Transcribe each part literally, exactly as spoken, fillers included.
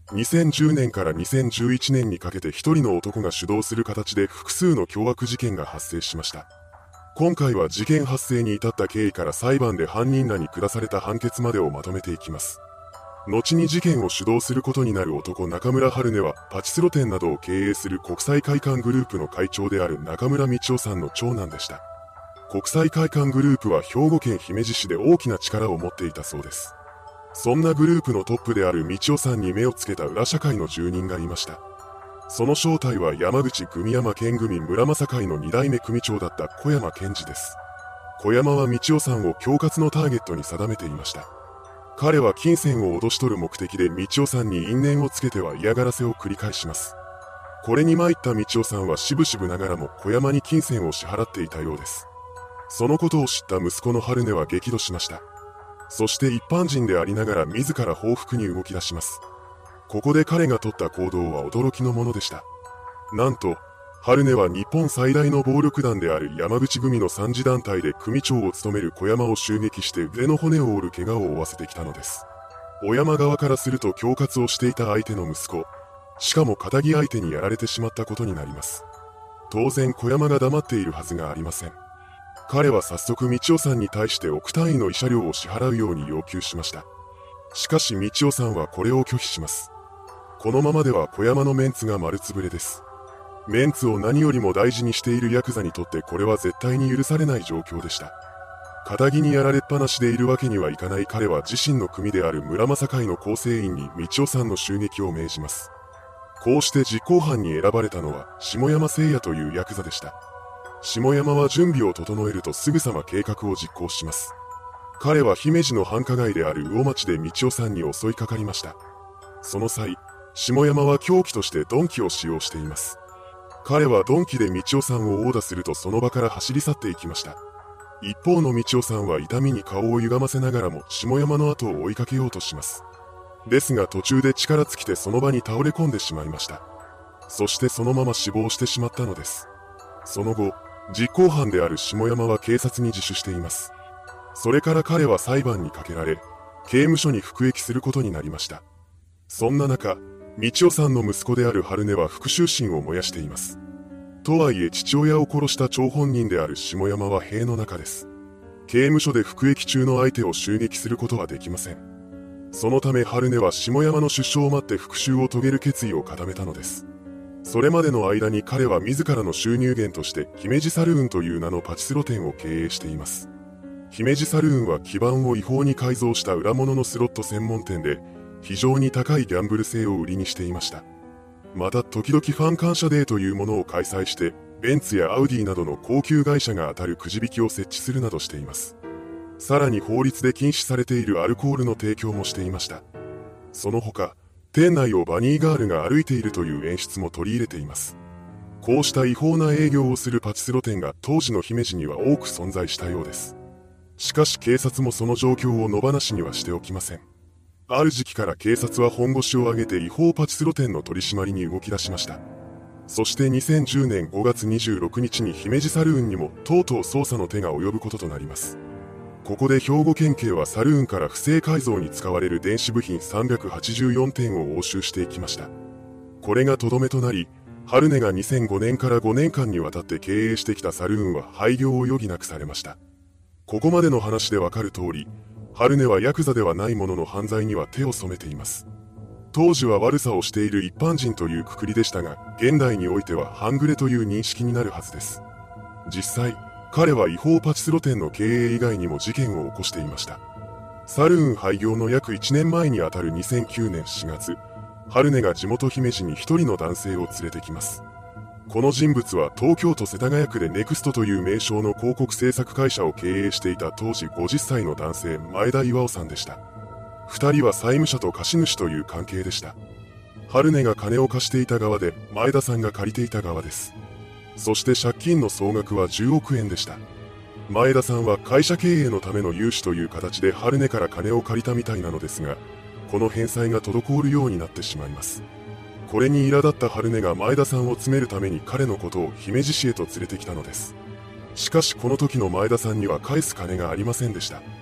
にせんじゅうねんからにせんじゅういちねんにかけて一人の男が主導する形で複数の凶悪事件が発生しました。今回は事件発生に至った経緯から裁判で犯人らに下された判決までをまとめていきます。後に事件を主導することになる男中村春音はパチスロ店などを経営する国際会館グループの会長である中村道夫さんの長男でした。国際会館グループは兵庫県姫路市で大きな力を持っていたそうです。そんなグループのトップである道夫さんに目をつけた裏社会の住人がいました。その正体は山口組山県組村正会のに代目組長だった小山健二です。小山は道夫さんを恐喝のターゲットに定めていました。彼は金銭を脅し取る目的で道夫さんに因縁をつけては嫌がらせを繰り返します。これに参った道夫さんはしぶしぶながらも小山に金銭を支払っていたようです。そのことを知った息子の春音は激怒しました。そして一般人でありながら自ら報復に動き出します。ここで彼が取った行動は驚きのものでした。なんと、春音は日本最大の暴力団である山口組の三次団体で組長を務める小山を襲撃して腕の骨を折る怪我を負わせてきたのです。小山側からすると恐喝をしていた相手の息子、しかも仇相手にやられてしまったことになります。当然小山が黙っているはずがありません。彼は早速道夫さんに対して億単位の慰謝料を支払うように要求しました。しかし道夫さんはこれを拒否します。このままでは小山のメンツが丸つぶれです。メンツを何よりも大事にしているヤクザにとってこれは絶対に許されない状況でした。仇にやられっぱなしでいるわけにはいかない彼は自身の組である村正会の構成員に道夫さんの襲撃を命じます。こうして実行犯に選ばれたのは下山聖也というヤクザでした。下山は準備を整えるとすぐさま計画を実行します。彼は姫路の繁華街である魚町で道夫さんに襲いかかりました。その際、下山は凶器として鈍器を使用しています。彼は鈍器で道夫さんを殴打するとその場から走り去っていきました。一方の道夫さんは痛みに顔を歪ませながらも下山の後を追いかけようとします。ですが途中で力尽きてその場に倒れ込んでしまいました。そしてそのまま死亡してしまったのです。その後、実行犯である下山は警察に自首しています。それから彼は裁判にかけられ、刑務所に服役することになりました。そんな中、道夫さんの息子である春音は復讐心を燃やしています。とはいえ父親を殺した張本人である下山は塀の中です。刑務所で服役中の相手を襲撃することはできません。そのため春音は下山の出所を待って復讐を遂げる決意を固めたのです。それまでの間に彼は自らの収入源として姫路サルーンという名のパチスロ店を経営しています。姫路サルーンは基盤を違法に改造した裏物のスロット専門店で非常に高いギャンブル性を売りにしていました。また時々ファン感謝デーというものを開催してベンツやアウディなどの高級会社が当たるくじ引きを設置するなどしています。さらに法律で禁止されているアルコールの提供もしていました。その他、店内をバニーガールが歩いているという演出も取り入れています。こうした違法な営業をするパチスロ店が当時の姫路には多く存在したようです。しかし警察もその状況を野放しにはしておきません。ある時期から警察は本腰を上げて違法パチスロ店の取り締まりに動き出しました。そしてにせんじゅうねんごがつにじゅうろくにちに姫路サルーンにもとうとう捜査の手が及ぶこととなります。ここで兵庫県警はサルーンから不正改造に使われる電子部品さんびゃくはちじゅうよんてんを押収していきました。これがとどめとなり、春音がにせんごねんからごねんかんにわたって経営してきたサルーンは廃業を余儀なくされました。ここまでの話でわかる通り、春音はヤクザではないものの犯罪には手を染めています。当時は悪さをしている一般人というくくりでしたが、現代においては半グレという認識になるはずです。実際、彼は違法パチスロ店の経営以外にも事件を起こしていました。サルーン廃業の約いちねんまえにあたるにせんきゅうねんしがつ、春音が地元姫路に一人の男性を連れてきます。この人物は東京都世田谷区でネクストという名称の広告制作会社を経営していた当時ごじゅっさいの男性前田巌さんでした。二人は債務者と貸主という関係でした。春音が金を貸していた側で前田さんが借りていた側です。そして借金の総額はじゅうおくえんでした。前田さんは会社経営のための融資という形で春音から金を借りたみたいなのですが、この返済が滞るようになってしまいます。これに苛立った春音が前田さんを詰めるために彼のことを姫路市へと連れてきたのです。しかしこの時の前田さんには返す金がありませんでした。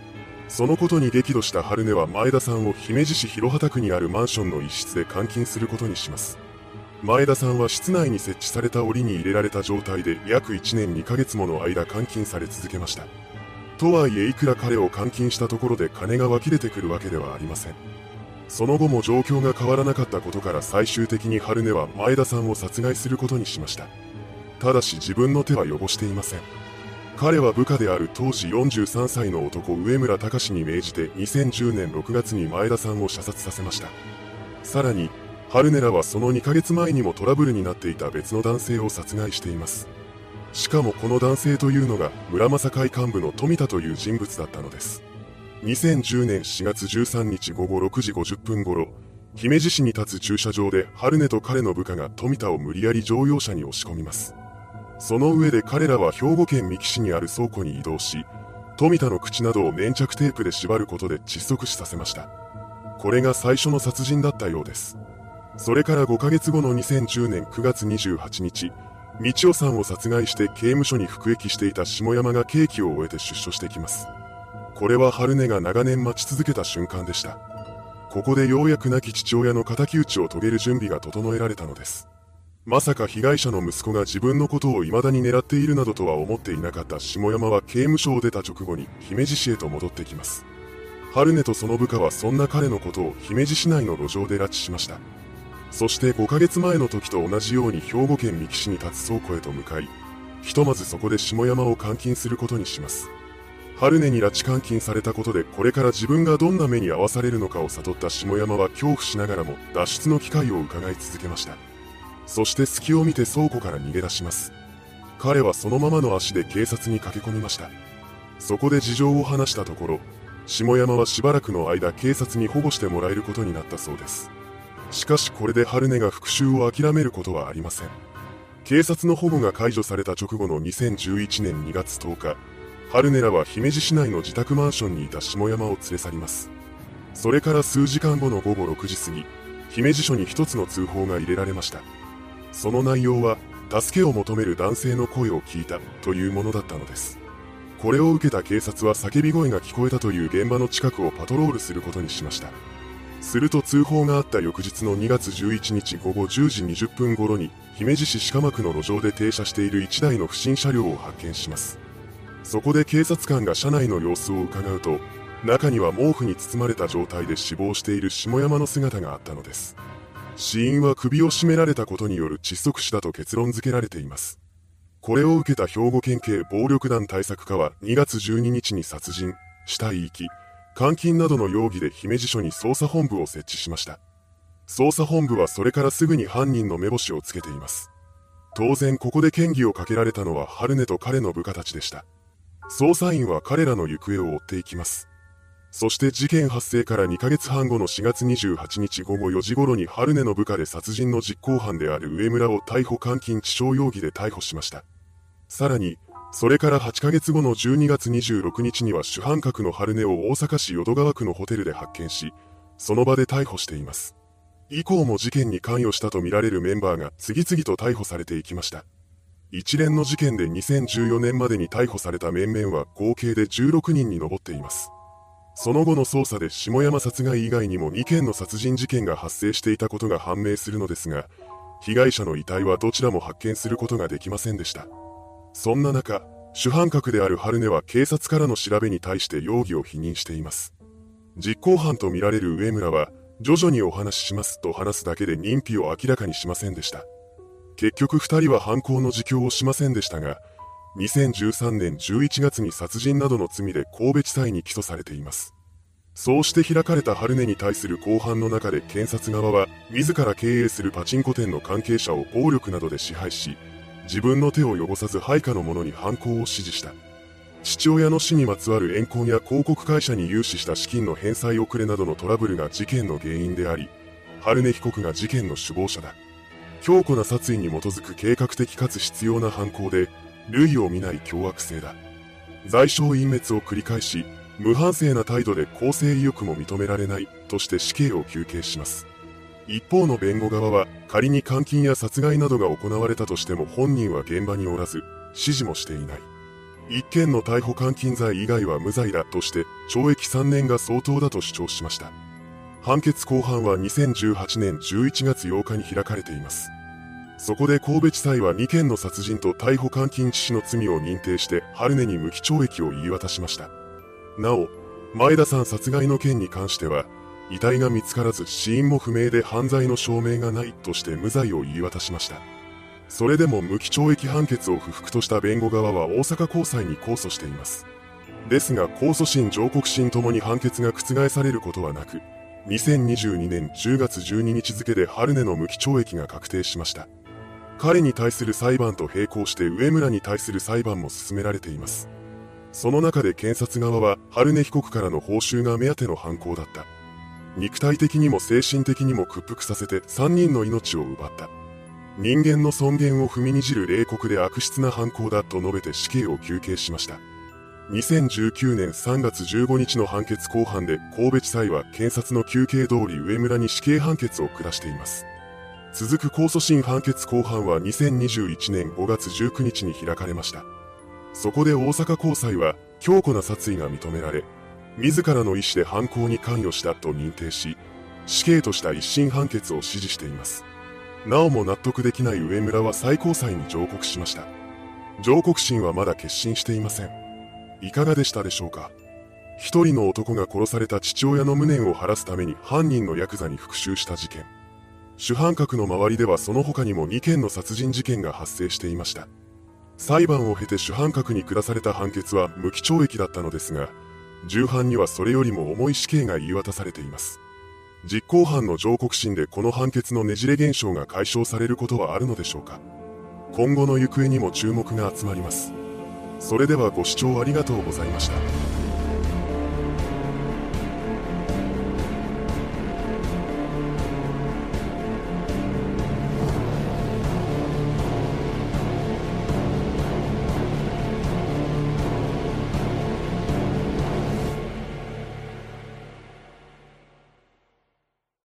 そのことに激怒した春音は前田さんを姫路市広畑区にあるマンションの一室で監禁することにします。前田さんは室内に設置された檻に入れられた状態で約いちねんにかげつもの間監禁され続けました。とはいえいくら彼を監禁したところで金が湧き出てくるわけではありません。その後も状況が変わらなかったことから最終的に春音は前田さんを殺害することにしました。ただし自分の手は汚していません。彼は部下である当時よんじゅうさんさいの男上村隆に命じてにせんじゅうねんろくがつに前田さんを射殺させました。さらに春音らはそのにかげつまえにもトラブルになっていた別の男性を殺害しています。しかもこの男性というのが村正会幹部の富田という人物だったのです。にせんじゅうねんしがつじゅうさんにちごごろくじごじゅっぷん頃、姫路市に立つ駐車場で春音と彼の部下が富田を無理やり乗用車に押し込みます。その上で彼らは兵庫県三木市にある倉庫に移動し、富田の口などを粘着テープで縛ることで窒息死させました。これが最初の殺人だったようです。それからごかげつごのにせんじゅうねんくがつにじゅうはちにち、道夫さんを殺害して刑務所に服役していた下山が刑期を終えて出所してきます。これは春音が長年待ち続けた瞬間でした。ここでようやく亡き父親の敵討ちを遂げる準備が整えられたのです。まさか被害者の息子が自分のことを未だに狙っているなどとは思っていなかった下山は刑務所を出た直後に姫路市へと戻ってきます。春音とその部下はそんな彼のことを姫路市内の路上で拉致しました。そしてごかげつまえの時と同じように兵庫県三木市に立つ倉庫へと向かい、ひとまずそこで下山を監禁することにします。春音に拉致監禁されたことでこれから自分がどんな目に遭わされるのかを悟った下山は恐怖しながらも脱出の機会を伺い続けました。そして隙を見て倉庫から逃げ出します。彼はそのままの足で警察に駆け込みました。そこで事情を話したところ、下山はしばらくの間警察に保護してもらえることになったそうです。しかしこれで春音が復讐を諦めることはありません。警察の保護が解除された直後のにせんじゅういちねんにがつとおか、春音らは姫路市内の自宅マンションにいた下山を連れ去ります。それから数時間後のごごろくじ過ぎ、姫路署に一つの通報が入れられました。その内容は、助けを求める男性の声を聞いたというものだったのです。これを受けた警察は叫び声が聞こえたという現場の近くをパトロールすることにしました。すると通報があった翌日のにがつじゅういちにちごごじゅうじにじゅっぷん頃に、姫路市鹿間区の路上で停車しているいちだいの不審車両を発見します。そこで警察官が車内の様子を伺うと、中には毛布に包まれた状態で死亡している下山の姿があったのです。死因は首を絞められたことによる窒息死だと結論付けられています。これを受けた兵庫県警暴力団対策課はにがつじゅうににちに殺人、死体遺棄、監禁などの容疑で姫路署に捜査本部を設置しました。捜査本部はそれからすぐに犯人の目星をつけています。当然ここで嫌疑をかけられたのは春音と彼の部下たちでした。捜査員は彼らの行方を追っていきます。そして事件発生からにかげつはんごのしがつにじゅうはちにちごごよじ頃に春音の部下で殺人の実行犯である上村を逮捕監禁致傷容疑で逮捕しました。さらに、それからはちかげつごのじゅうにがつにじゅうろくにちには主犯格の春音を大阪市淀川区のホテルで発見し、その場で逮捕しています。以降も事件に関与したとみられるメンバーが次々と逮捕されていきました。一連の事件でにせんじゅうよねんまでに逮捕された面々は合計でじゅうろくにんに上っています。その後の捜査で下山殺害以外にもにけんの殺人事件が発生していたことが判明するのですが、被害者の遺体はどちらも発見することができませんでした。そんな中、主犯格である春音は警察からの調べに対して容疑を否認しています。実行犯とみられる上村は、徐々にお話ししますと話すだけで認否を明らかにしませんでした。結局二人は犯行の自供をしませんでしたが、にせんじゅうさんねんじゅういちがつに殺人などの罪で神戸地裁に起訴されています。そうして開かれた春音に対する公判の中で検察側は、自ら経営するパチンコ店の関係者を暴力などで支配し、自分の手を汚さず配下の者に犯行を指示した。父親の死にまつわる怨恨や広告会社に融資した資金の返済遅れなどのトラブルが事件の原因であり、春音被告が事件の首謀者だ。強固な殺意に基づく計画的かつ執拗な犯行で、類を見ない凶悪性だ。罪証隠滅を繰り返し、無反省な態度で公正意欲も認められないとして死刑を求刑します。一方の弁護側は、仮に監禁や殺害などが行われたとしても本人は現場におらず、指示もしていない。 一件の逮捕監禁罪以外は無罪だとして懲役さんねんが相当だと主張しました。判決公判はにせんじゅうはちねんじゅういちがつようかに開かれています。そこで神戸地裁はにけんの殺人と逮捕監禁致死の罪を認定して春音に無期懲役を言い渡しました。なお、前田さん殺害の件に関しては、遺体が見つからず死因も不明で犯罪の証明がないとして無罪を言い渡しました。それでも無期懲役判決を不服とした弁護側は大阪高裁に控訴しています。ですが控訴審上告審ともに判決が覆されることはなく、にせんにじゅうにねんじゅうがつじゅうににち付で春音の無期懲役が確定しました。彼に対する裁判と並行して上村に対する裁判も進められています。その中で検察側は春音被告からの報酬が目当ての犯行だった。肉体的にも精神的にも屈服させてさんにんの命を奪った。人間の尊厳を踏みにじる冷酷で悪質な犯行だと述べて死刑を求刑しました。にせんじゅうきゅうねんさんがつじゅうごにちの判決公判で神戸地裁は検察の求刑通り上村に死刑判決を下しています。続く控訴審判決公判はにせんにじゅういちねんごがつじゅうくにちに開かれました。そこで大阪高裁は強固な殺意が認められ、自らの意思で犯行に関与したと認定し、死刑とした一審判決を支持しています。なおも納得できない上村は最高裁に上告しました。上告審はまだ結審していません。いかがでしたでしょうか。一人の男が殺された父親の無念を晴らすために犯人のヤクザに復讐した事件。主犯格の周りではその他にもにけんの殺人事件が発生していました。裁判を経て主犯格に下された判決は無期懲役だったのですが、従犯にはそれよりも重い死刑が言い渡されています。実行犯の上告審でこの判決のねじれ現象が解消されることはあるのでしょうか。今後の行方にも注目が集まります。それではご視聴ありがとうございました。